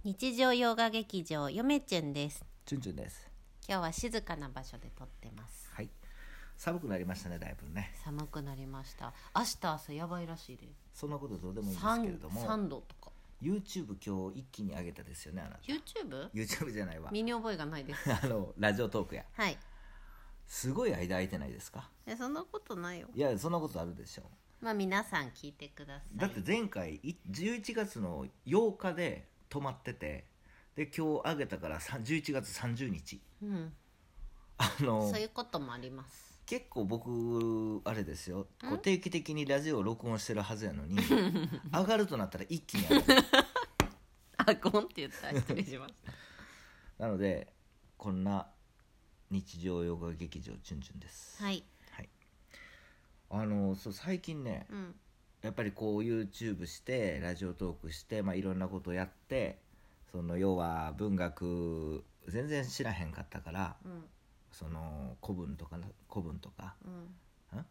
日常洋画劇場よめちゅんです。 チュンチュンです。 今日は静かな場所で撮ってます。 はい。寒くなりましたね、だいぶね。 寒くなりました。明日朝やばいらしいです。 そんなことどうでもいいんですけれども、 3度とか YouTube 今日一気に上げたですよね、あなた。 YouTube じゃないわ、 身に覚えがないですラジオトークや。 はい。 すごい間空いてないですか？ そんなことないよ。 いや、そんなことあるでしょ。 まあ皆さん聞いてください。 だって前回11月の8日で止まってて、で今日上げたから11月30日、 うん、そういうこともあります。 結構僕あれですよ、こう定期的にラジオを録音してるはずやのに上がるとなったら一気に上がるあ、ゴンって言ったら失礼しましたなのでこんな日常洋画劇場チュンチュンです。 はい、 はい、そう最近ね、やっぱりこう YouTube してラジオトークして、いろんなことやって、その要は文学全然知らへんかったから、その古文とか、古文、あ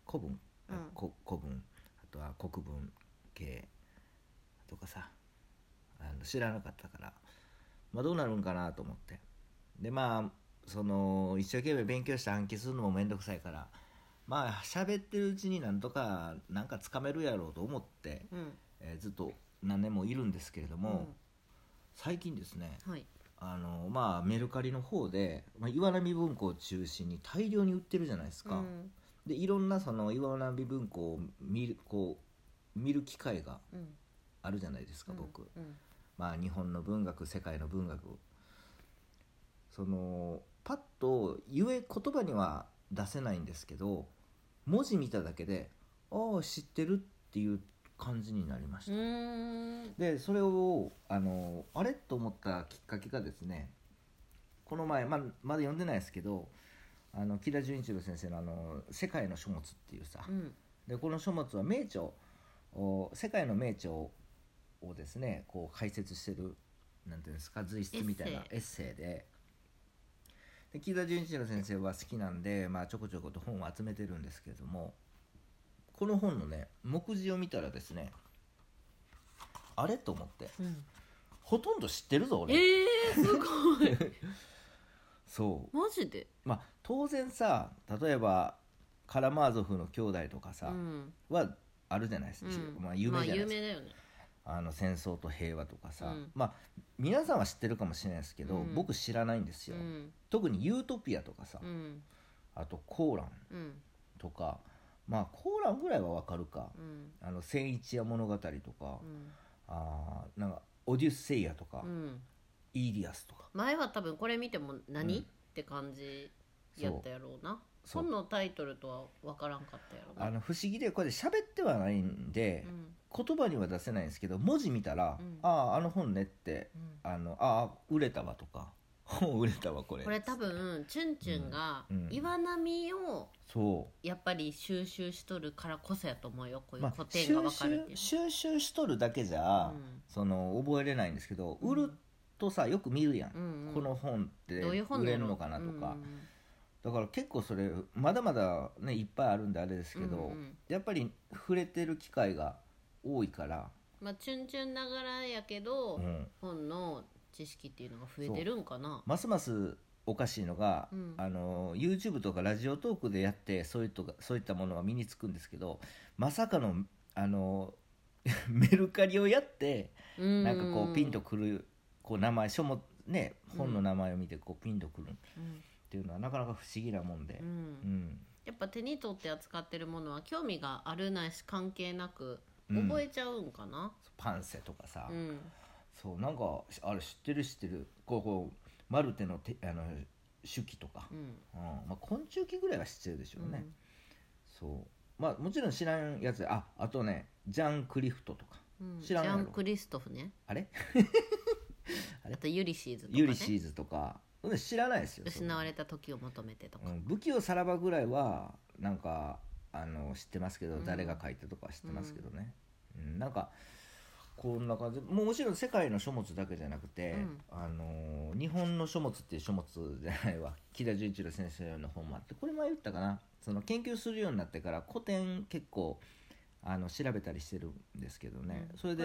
とは国文系とかさ、知らなかったから、どうなるんかなと思って、でその一生懸命勉強して暗記するのもめんどくさいから、喋ってるうちになんとかなんかつかめるやろうと思って、ずっと何年もいるんですけれども、最近ですね、 はい、 メルカリの方で、岩波文庫を中心に大量に売ってるじゃないですか、でいろんなその岩波文庫を見る機会があるじゃないですか、僕、日本の文学、世界の文学、そのパッと言葉には出せないんですけど、文字見ただけでああ知ってるっていう感じになりました。でそれをあれと思ったきっかけがですね、この前、まだ読んでないですけど、木田純一郎先生の世界の書物っていうさ、でこの書物は名著、世界の名著をですねこう解説してる、なんていうんですか、随筆みたいなエッセイで、木田純一郎先生は好きなんで、ちょこちょこと本を集めてるんですけれども、この本のね目次を見たらですね、あれと思って、ほとんど知ってるぞ俺。 すごいそうマジで。 当然さ、例えばカラマーゾフの兄弟とかさ、はあるじゃないですか、有名じゃないですか、 有名だよね。 戦争と平和とかさ、皆さんは知ってるかもしれないですけど、僕知らないんですよ、特にユートピアとかさ、あとコーランとか、コーランぐらいはわかるか、千一夜物語とか、なんかオデュッセイアとか、イーリアスとか、 前は多分これ見ても何、って感じやったやろうな。本のタイトルとは分からんかったやろな。 不思議で、これ喋ってはないんで、言葉には出せないんですけど、文字見たら、あの本ねって、売れたわとか、本売れたわこれ多分チュンチュンが岩波をやっぱり収集しとるからこそやと思うよ、こういう古典が分かるっていう、 収集しとるだけじゃ、その覚えれないんですけど、売るとさよく見るやん、この本って売れるのかなとか、だから結構それまだまだねいっぱいあるんであれですけど、やっぱり触れてる機会が多いから、 チュンチュンながらやけど、本の知識っていうのが増えてるんかな。 ますますおかしいのが、YouTube とかラジオトークでやってそういったものが身につくんですけど、まさかのメルカリをやってなんかこうピンとくる、こう名前書もね、本の名前を見てこうピンとくるっていうのはなかなか不思議なもんで、 やっぱ手に取って扱ってるものは興味があるないし関係なく覚えちゃうんかな、 パンセとかさ、そうなんかあれ知ってるこうマルテの手記とか、昆虫記ぐらいは知ってるでしょうね、そうもちろん知らんやつ、あとねジャン・クリフトとか、知らんやろ。 ジャン・クリストフね、 あれあとユリシーズとか、ね、 ユリシーズとか知らないですよ。 失われた時を求めてとか、 武器をさらばぐらいはなんか知ってますけど、誰が書いたとかは知ってますけどね、なんかこんな感じ、もちろん世界の書物だけじゃなくて、日本の書物っていう書物じゃないわ、木田純一郎先生の本もあって、これ前言ったかな、その研究するようになってから古典結構調べたりしてるんですけどね、それで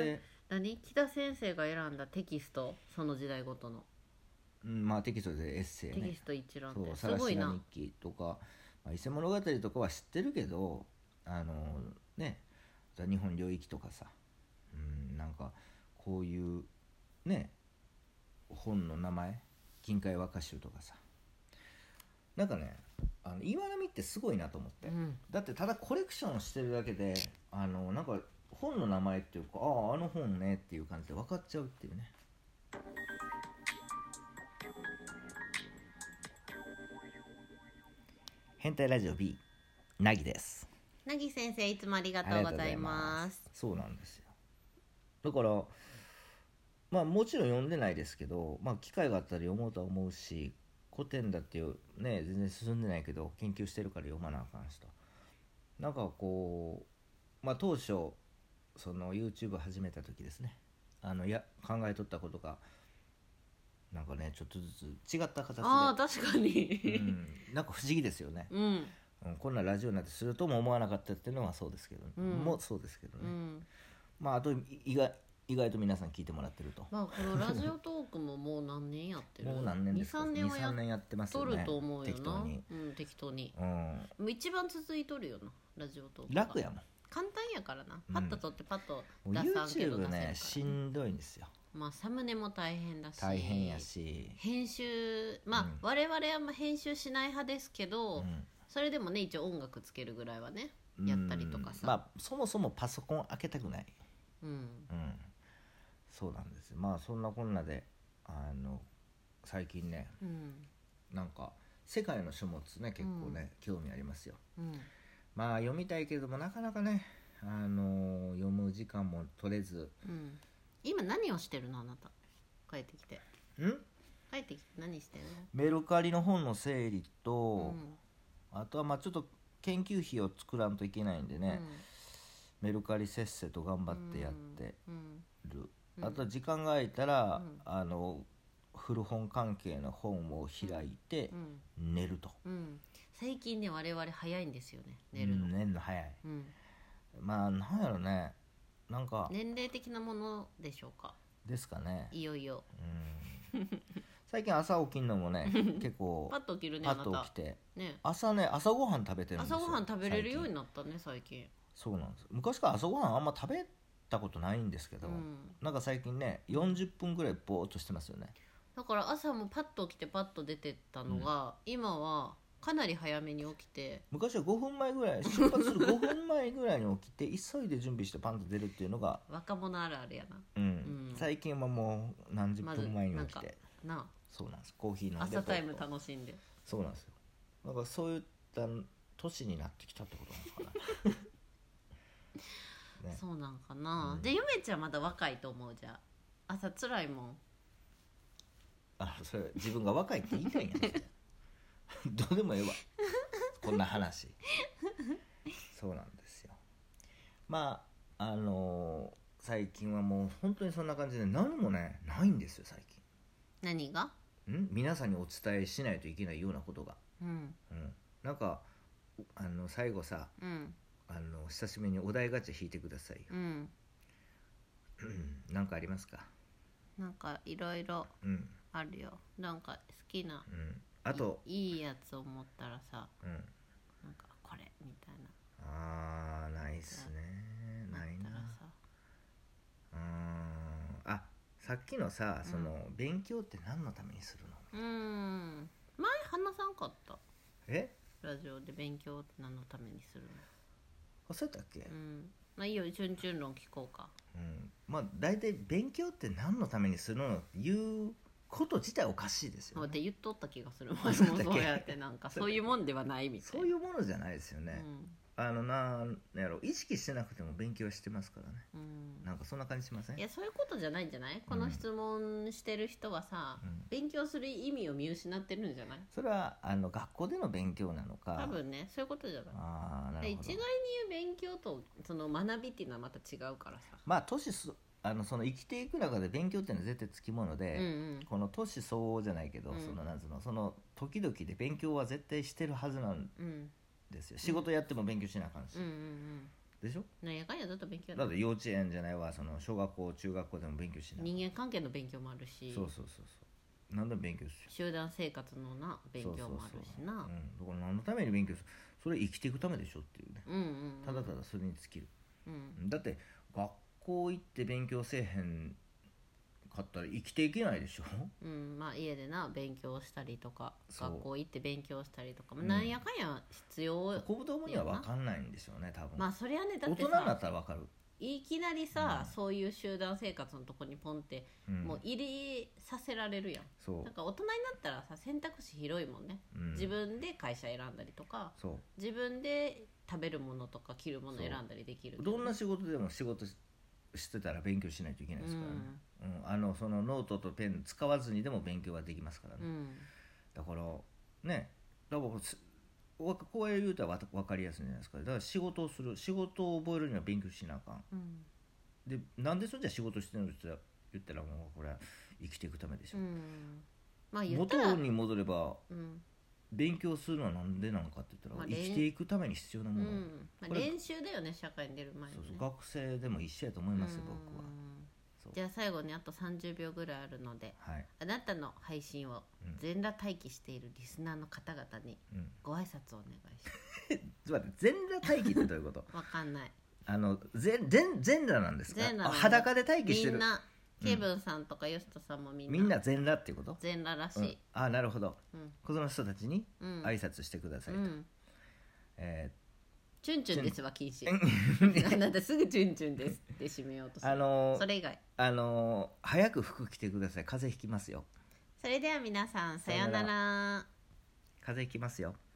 木田先生が選んだテキスト、その時代ごとの、 まあテキストでエッセイね、 テキスト一覧ってすごいな。日記とか、伊勢物語とかは知ってるけど、ね、日本領域とかさ、なんかこういうね本の名前、近海和歌集とかさ、なんかね、岩波ってすごいなと思って、だってただコレクションをしてるだけでなんか本の名前っていうか、あの本ねっていう感じで分かっちゃうっていうね。変態ラジオ B、 なぎです。 なぎ先生、いつもありがとうございます。 そうなんですよ。だからまあもちろん読んでないですけど、まあ機会があったら読もうとは思うし、古典だっていうね、全然進んでないけど研究してるから読まなあかんしと、なんかこう、まあ当初その YouTube 始めた時ですね、考えとったことがなんかねちょっとずつ違った形で、 確かに、 なんか不思議ですよね、こんなラジオなんてするとも思わなかったっていうのはそうですけど、もうそうですけどね、まああと意外と皆さん聞いてもらってると。 まあこのラジオトークももう何年やってる？ もう何年ですか？ 2,3 年やってますよね。 とると思うよな。 適当に。 適当に。一番続いとるよな、ラジオトーク。 楽やもん。 簡単やからな。パッと撮ってパッと出さんけど出せるから。 YouTube ね、しんどいんですよ。 まあサムネも大変だし。 大変やし。 編集、まあ、我々は編集しない派ですけど、それでもね一応音楽つけるぐらいはねやったりとかさ。 まあそもそもパソコン開けたくない。そうなんです。まあそんなこんなで最近ね、なんか世界の書物ね結構ね、興味ありますよ、まあ読みたいけれどもなかなかね読む時間も取れず、 今何をしてるのあなた？帰ってきて帰ってきて何してるの？ メルカリの本の整理と、あとはまあちょっと研究費を作らんといけないんでね、メルカリせっせと頑張ってやってる、あとは時間が空いたら、古本関係の本を開いて寝ると、 最近ね我々早いんですよね、寝るの、 寝るの早い、まあなんやろね、なんか年齢的なものでしょうかですかね、 いよいよ最近朝起きるのもね結構パッと起きるね、 パッと起きて、 ね、 朝ごはん食べてるんですよ。 朝ごはん食べれるようになったね最近。 そうなんです。昔から朝ごはんあんま食べたことないんですけど、なんか最近ね40分ぐらいぼーっとしてますよね。 だから朝もパッと起きてパッと出てったのが、今はかなり早めに起きて、 昔は5分前ぐらい、出発する5分前ぐらいに起きて急いで準備してパンと出るっていうのが若者あるあるやな、 最近はもう何十分前に起きて、 なそうなんです、コーヒー飲んで朝タイム楽しんで、 そうなんですよ。なんかそういった年になってきたってことなのかな、ね、 そうなんかな、でゆめちゃんまだ若いと思う。じゃあ朝つらいもん。 それ自分が若いって言いたいんやどうでもええわこんな話そうなんですよ。まあ最近はもう本当にそんな感じで何もねないんですよ最近。 何が？ 皆さんにお伝えしないといけないようなことが、なんか最後さ、久しぶりにお題ガチャ引いてくださいよ。なんかありますか？ なんかいろいろあるよ、なんか好きな、 あといいやつを持ったらさ、なんかこれみたいな。 ないっすね、ないな。さっきのさ、その勉強って何のためにするの？ 前話さんかった。 ラジオで勉強って何のためにするの？ そうやったっけ？ まあいいよ、チュンチュン論聞こうか。 まあ大体勉強って何のためにするのっていうこと自体おかしいですよね。 って言っとった気がする。前もそうやってなんかそういうもんではないみたいな。 そういうものじゃないですよね。なんやろ、意識してなくても勉強してますからね。なんかそんな感じしません？ いやそういうことじゃないんじゃない？この質問してる人はさ、勉強する意味を見失ってるんじゃない？ それは学校での勉強なのか。 多分ね、そういうことじゃない。 なるほど。 一概に言う勉強とその学びっていうのはまた違うからさ。 まあその生きていく中で勉強っていうのは絶対つきもので、この年相応じゃないけど、その時々で勉強は絶対してるはずなんですよ。仕事やっても勉強しなあかんし、 でしょ。 なんやかんやずっと勉強だって幼稚園じゃないわ、その小学校中学校でも勉強しない。 人間関係の勉強もあるし、 そう何でも勉強する。 集団生活のな勉強もあるしな。 だから何のために勉強する、それ生きていくためでしょっていうね、ただただそれに尽きる、だって学校行って勉強せえへんかったら生きていけないでしょ。 まあ家でな勉強したりとか学校行って勉強したりとか、なんやかんや必要。 子供には分かんないんでしょうね多分。 まあそれはね、だってさ大人になったら分かる。 いきなりさ、そういう集団生活のとこにポンって、もう入れさせられるやん。なんか大人になったらさ選択肢広いもんね、自分で会社選んだりとか、自分で食べるものとか着るもの選んだりできる、 どんな仕事でも仕事してたら勉強しないといけないですからね、そのノートとペン使わずにでも勉強はできますからね、だからね、だからこう言うたら分かりやすいんじゃないですか。だから仕事をする、仕事を覚えるには勉強しなあかん、でなんでそれじゃ仕事してるのって言ったらもうこれは生きていくためでしょ、まあ、元に戻れば、勉強するのはなんでなのかって言ったら、生きていくために必要なもの、 練習だよね、社会に出る前に、ね、 学生でも一緒やと思いますよ、僕は。 じゃあ最後にあと30秒ぐらいあるので、あなたの配信を全裸待機しているリスナーの方々にご挨拶をお願いします。 ちょっと待って、全裸待機ってどういうことわかんない。 全裸なんですか。裸で待機してる。 みんなケイブンさんとかヨシトさんもみんな全裸っていうこと。 全裸らしい、 なるほど、この人たちに挨拶してくださいと、 チュンチュンですは禁止。あなたすぐチュンチュンですって締めようとする。それ以外早く服着てください、風邪ひきますよ。 それでは皆さんさようなら。 風邪ひきますよ。